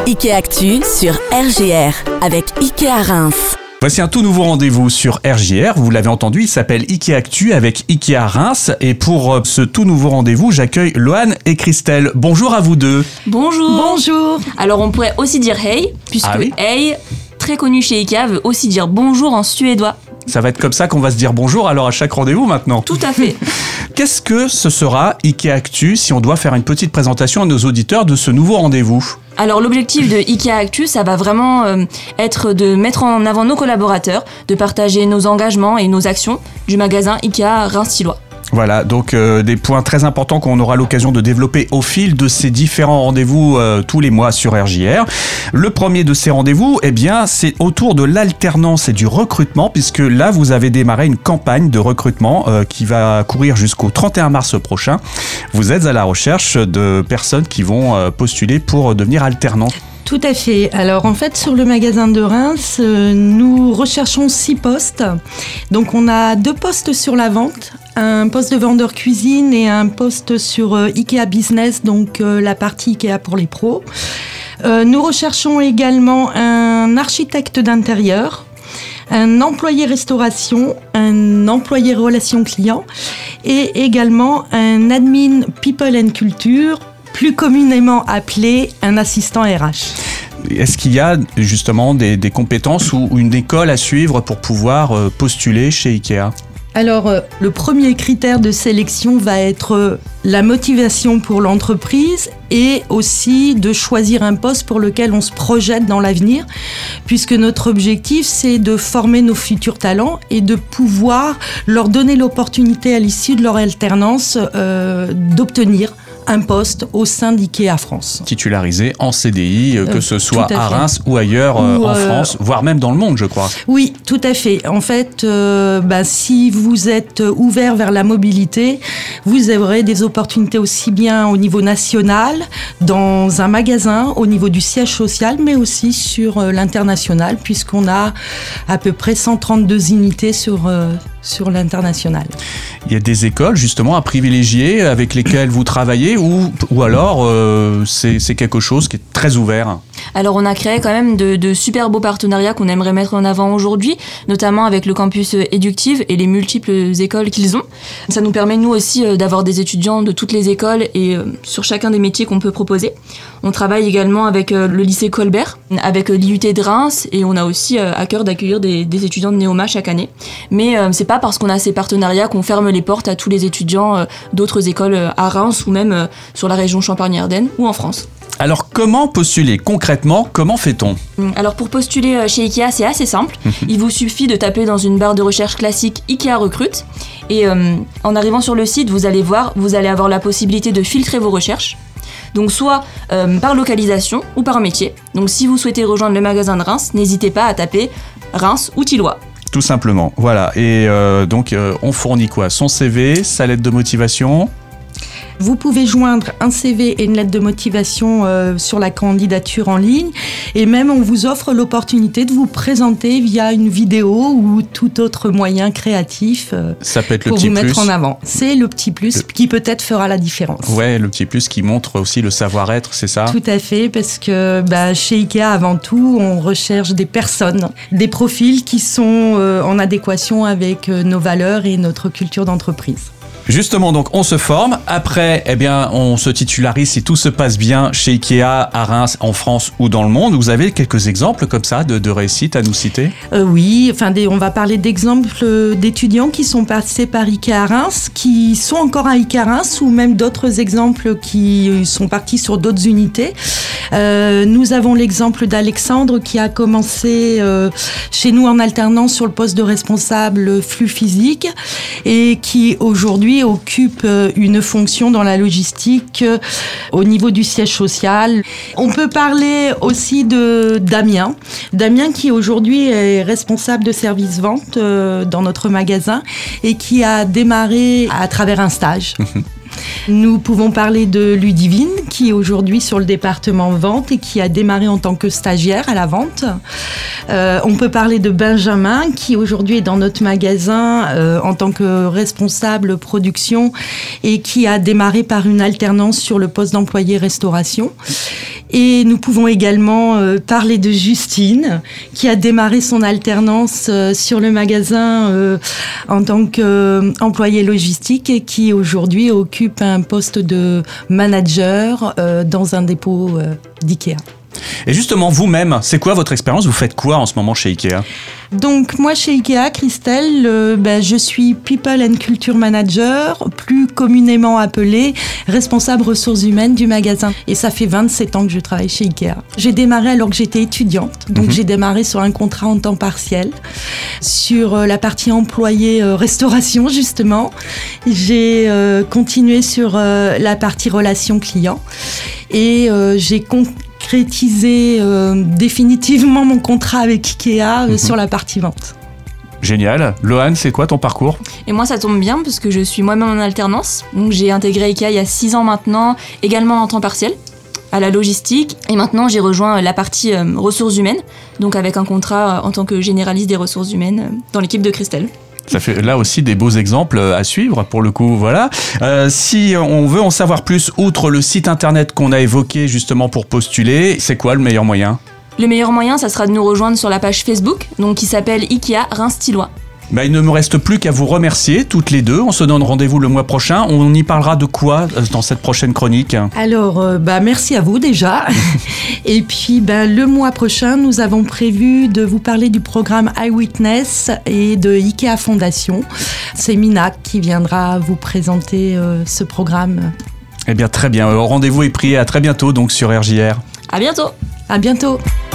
IKEA Actu sur RJR avec IKEA Reims. Voici un tout nouveau rendez-vous sur RJR, vous l'avez entendu, il s'appelle IKEA Actu avec IKEA Reims. Et pour ce tout nouveau rendez-vous, j'accueille Loane et Christelle. Bonjour à vous deux. Bonjour. Bonjour. Alors on pourrait aussi dire hey, puisque oui. hey, très connu chez IKEA, veut aussi dire bonjour en suédois. Ça va être comme ça qu'on va se dire bonjour alors à chaque rendez-vous maintenant. Tout à fait. Qu'est-ce que ce sera IKEA Actu si on doit faire une petite présentation à nos auditeurs de ce nouveau rendez-vous ? Alors l'objectif de IKEA Actu, ça va vraiment être de mettre en avant nos collaborateurs, de partager nos engagements et nos actions du magasin IKEA Reims-Sillois. Voilà, donc des points très importants qu'on aura l'occasion de développer au fil de ces différents rendez-vous tous les mois sur RJR. Le premier de ces rendez-vous, eh bien, c'est autour de l'alternance et du recrutement, puisque là, vous avez démarré une campagne de recrutement qui va courir jusqu'au 31 mars prochain. Vous êtes à la recherche de personnes qui vont postuler pour devenir alternants. Tout à fait. Alors en fait, sur le magasin de Reims, nous recherchons 6 postes. Donc on a 2 postes sur la vente, un poste de vendeur cuisine et un poste sur IKEA Business, donc la partie IKEA pour les pros. Nous recherchons également un architecte d'intérieur, un employé restauration, un employé relations clients et également un admin people and culture, plus communément appelé un assistant RH. Est-ce qu'il y a justement des compétences ou une école à suivre pour pouvoir postuler chez IKEA ? Alors, le premier critère de sélection va être la motivation pour l'entreprise et aussi de choisir un poste pour lequel on se projette dans l'avenir, puisque notre objectif, c'est de former nos futurs talents et de pouvoir leur donner l'opportunité à l'issue de leur alternance d'obtenir un poste au sein d'IKEA France. Titularisé en CDI, que ce soit à Reims ou ailleurs en France, voire même dans le monde, je crois. Oui, tout à fait. En fait, si vous êtes ouvert vers la mobilité, vous aurez des opportunités aussi bien au niveau national, dans un magasin, au niveau du siège social, mais aussi sur l'international, puisqu'on a à peu près 132 unités sur l'international. Il y a des écoles justement à privilégier avec lesquelles vous travaillez ou alors c'est quelque chose qui est très ouvert? Alors on a créé quand même de super beaux partenariats qu'on aimerait mettre en avant aujourd'hui, notamment avec le campus Éductive et les multiples écoles qu'ils ont. Ça nous permet nous aussi d'avoir des étudiants de toutes les écoles et sur chacun des métiers qu'on peut proposer. On travaille également avec le lycée Colbert, avec l'IUT de Reims et on a aussi à cœur d'accueillir des étudiants de Néoma chaque année. Mais c'est pas parce qu'on a ces partenariats qu'on ferme les portes à tous les étudiants d'autres écoles à Reims ou même sur la région Champagne-Ardenne ou en France. Alors comment postuler concrètement? Comment fait-on? Alors pour postuler chez IKEA, c'est assez simple. Il vous suffit de taper dans une barre de recherche classique IKEA Recrute et en arrivant sur le site, vous allez voir, vous allez avoir la possibilité de filtrer vos recherches. Donc soit par localisation ou par métier. Donc si vous souhaitez rejoindre le magasin de Reims, n'hésitez pas à taper Reims ou Thillois. Tout simplement, voilà. Et donc on fournit quoi? Son CV, sa lettre de motivation? Vous pouvez joindre un CV et une lettre de motivation sur la candidature en ligne et même on vous offre l'opportunité de vous présenter via une vidéo ou tout autre moyen créatif ça peut être le pour petit vous mettre plus. en avant. C'est le petit plus qui peut-être fera la différence. Ouais, le petit plus qui montre aussi le savoir-être, c'est ça? Tout à fait, parce que chez IKEA, avant tout, on recherche des personnes, des profils qui sont en adéquation avec nos valeurs et notre culture d'entreprise. Justement, donc on se forme. Après, on se titularise si tout se passe bien chez IKEA à Reims, en France ou dans le monde. Vous avez quelques exemples comme ça de réussite à nous citer? Oui, on va parler d'exemples d'étudiants qui sont passés par IKEA Reims, qui sont encore à IKEA Reims ou même d'autres exemples qui sont partis sur d'autres unités. Nous avons l'exemple d'Alexandre qui a commencé chez nous en alternance sur le poste de responsable flux physique et qui aujourd'hui occupe une fonction dans la logistique au niveau du siège social. On peut parler aussi de Damien qui aujourd'hui est responsable de service vente dans notre magasin et qui a démarré à travers un stage. Nous pouvons parler de Ludivine, qui est aujourd'hui sur le département vente et qui a démarré en tant que stagiaire à la vente. On peut parler de Benjamin, qui aujourd'hui est dans notre magasin en tant que responsable production et qui a démarré par une alternance sur le poste d'employé restauration. Et nous pouvons également parler de Justine, qui a démarré son alternance sur le magasin en tant qu'employé logistique et qui aujourd'hui occupe un poste de manager dans un dépôt d'IKEA. Et justement, vous-même, c'est quoi votre expérience? Vous faites quoi en ce moment chez IKEA? Donc moi chez IKEA, Christelle, je suis People and Culture Manager, plus communément appelée responsable ressources humaines du magasin. Et ça fait 27 ans que je travaille chez IKEA. J'ai démarré alors que j'étais étudiante, donc j'ai démarré sur un contrat en temps partiel, sur la partie employé restauration justement. J'ai continué sur la partie relations clients et j'ai concrétiser définitivement mon contrat avec IKEA sur la partie vente. Génial. Loane, c'est quoi ton parcours? Et moi, ça tombe bien parce que je suis moi-même en alternance. Donc, j'ai intégré IKEA il y a 6 ans maintenant, également en temps partiel, à la logistique. Et maintenant, j'ai rejoint la partie ressources humaines, donc avec un contrat en tant que généraliste des ressources humaines dans l'équipe de Christelle. Ça fait là aussi des beaux exemples à suivre pour le coup, voilà. Si on veut en savoir plus, outre le site internet qu'on a évoqué justement pour postuler, c'est quoi le meilleur moyen? Le meilleur moyen, ça sera de nous rejoindre sur la page Facebook, donc qui s'appelle IKEA Reims-Tillois. Il ne me reste plus qu'à vous remercier toutes les deux. On se donne rendez-vous le mois prochain. On y parlera de quoi dans cette prochaine chronique? Alors, merci à vous déjà. Et puis, le mois prochain, nous avons prévu de vous parler du programme iWitness et de IKEA Fondation. C'est Mina qui viendra vous présenter ce programme. Eh bien, très bien. Rendez-vous est pris. À très bientôt donc sur RJR. À bientôt. À bientôt.